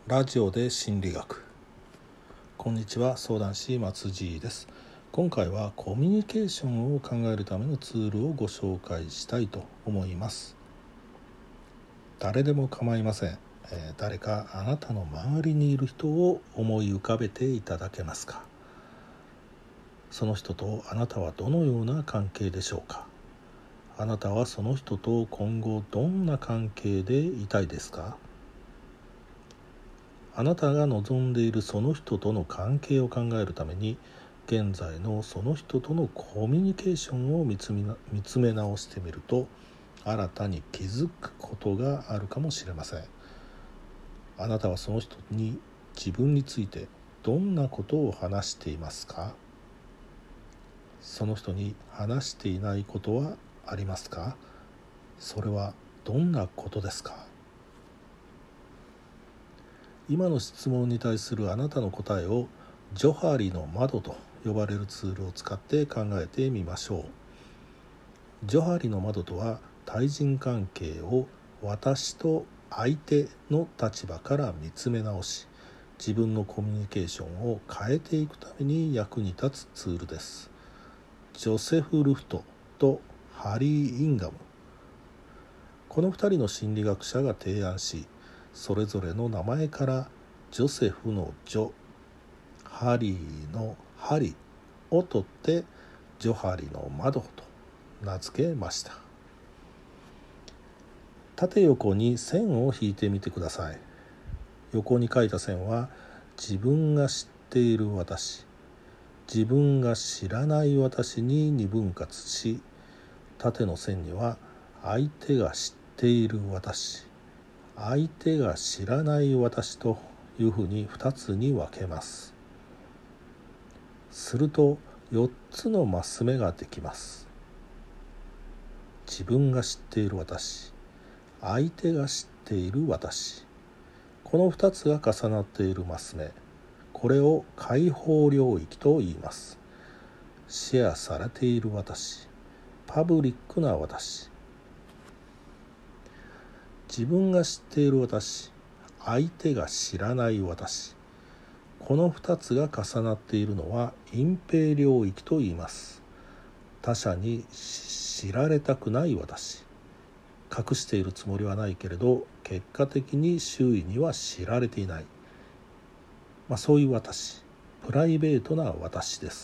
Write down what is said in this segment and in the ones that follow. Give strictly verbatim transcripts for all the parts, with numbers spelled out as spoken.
ラジオで心理学。こんにちは、相談師松地です。今回はコミュニケーションを考えるためのツールをご紹介したいと思います。誰でも構いません、えー、誰かあなたの周りにいる人を思い浮かべていただけますか？その人とあなたはどのような関係でしょうか？あなたはその人と今後どんな関係でいたいですか？あなたが望んでいるその人との関係を考えるために、現在のその人とのコミュニケーションを見つめな、見つめ直してみると、新たに気づくことがあるかもしれません。あなたはその人に自分についてどんなことを話していますか？その人に話していないことはありますか？それはどんなことですか？今の質問に対するあなたの答えをジョハリの窓と呼ばれるツールを使って考えてみましょう。ジョハリの窓とは、対人関係を私と相手の立場から見つめ直し、自分のコミュニケーションを変えていくために役に立つツールです。ジョセフ・ルフトとハリー・インガム、このふたりの心理学者が提案し、それぞれの名前からジョセフのジョ、ハリーのハリを取ってジョハリの窓と名付けました。縦横に線を引いてみてください。横に描いた線は自分が知っている私、自分が知らない私に二分割し、縦の線には相手が知っている私、相手が知らない私というふうにふたつに分けます。するとよっつのマス目ができます。自分が知っている私、相手が知っている私、このふたつが重なっているマス目、これを開放領域と言います。シェアされている私、パブリックな私、自分が知っている私、相手が知らない私、このふたつが重なっているのは隠蔽領域と言います。他者に知られたくない私、隠しているつもりはないけれど結果的に周囲には知られていない、まあ、そういう私、プライベートな私です。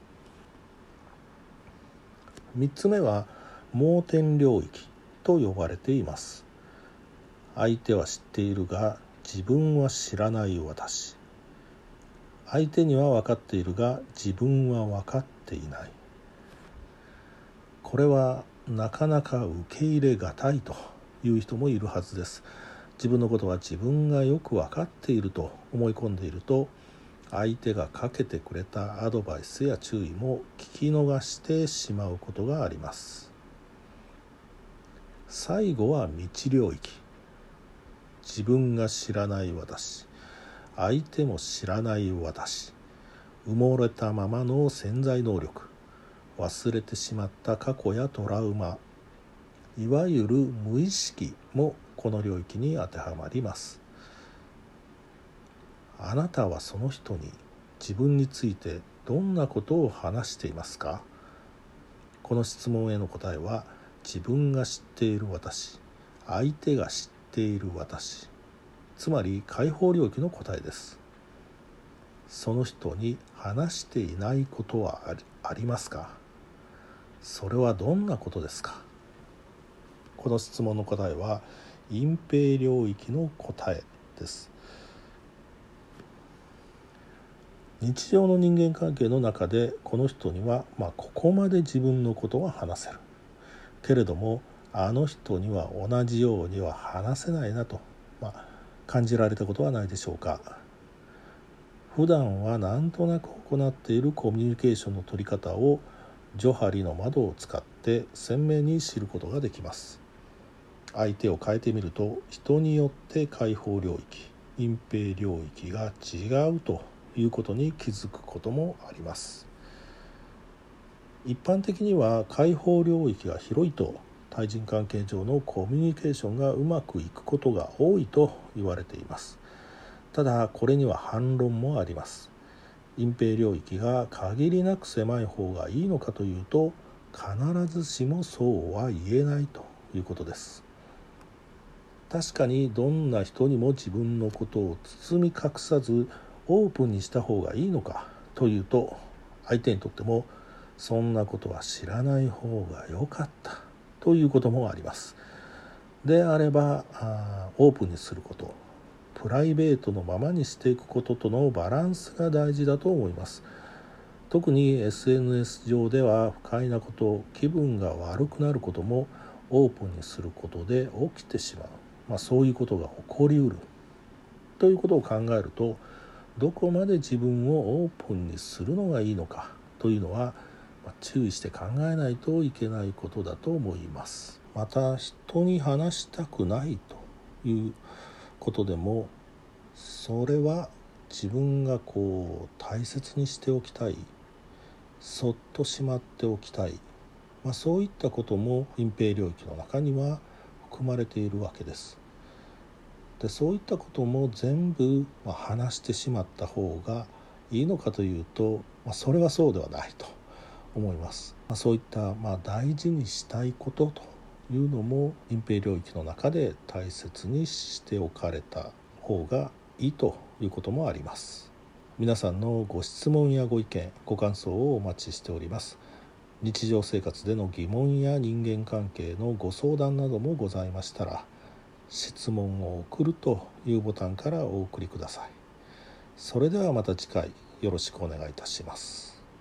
みっつめは盲点領域と呼ばれています。相手は知っているが自分は知らない私、相手には分かっているが自分は分かっていない。これはなかなか受け入れがたいという人もいるはずです。自分のことは自分がよく分かっていると思い込んでいると、相手がかけてくれたアドバイスや注意も聞き逃してしまうことがあります。最後は未知領域。自分が知らない私、相手も知らない私、埋もれたままの潜在能力、忘れてしまった過去やトラウマ、いわゆる無意識もこの領域に当てはまります。あなたはその人に自分についてどんなことを話していますか？この質問への答えは、自分が知っている私、相手が知っている私、つまり開放領域の答えです。その人に話していないことはあり、ありますか？それはどんなことですか？この質問の答えは隠蔽領域の答えです。日常の人間関係の中で、この人には、まあ、ここまで自分のことは話せるけれども、あの人には同じようには話せないなと、まあ、感じられたことはないでしょうか。普段はなんとなく行っているコミュニケーションの取り方をジョハリの窓を使って鮮明に知ることができます。相手を変えてみると、人によって開放領域、隠蔽領域が違うということに気づくこともあります。一般的には開放領域が広いと、対人関係上のコミュニケーションがうまくいくことが多いと言われています。 ただこれには反論もあります。隠蔽領域が限りなく狭い方がいいのかというと、必ずしもそうは言えないということです。確かにどんな人にも自分のことを包み隠さずオープンにした方がいいのかというと、相手にとってもそんなことは知らない方が良かったということもあります。であればあオープンにすること、プライベートのままにしていくこととのバランスが大事だと思います。特に エスエヌエス 上では不快なこと、気分が悪くなることもオープンにすることで起きてしまう、まあ、そういうことが起こりうるということを考えると、どこまで自分をオープンにするのがいいのかというのは、まあ、注意して考えないといけないことだと思います。また人に話したくないということでも、それは自分がこう大切にしておきたい、そっとしまっておきたい、まあ、そういったことも隠蔽領域の中には含まれているわけです。でそういったことも全部、まあ、話してしまった方がいいのかというと、まあ、それはそうではないと思います。まあ、そういった、まあ、大事にしたいことというのも隠蔽領域の中で大切にしておかれた方がいいということもあります。皆さんのご質問やご意見、ご感想をお待ちしております。日常生活での疑問や人間関係のご相談などもございましたら、質問を送るというボタンからお送りください。それではまた次回よろしくお願いいたします。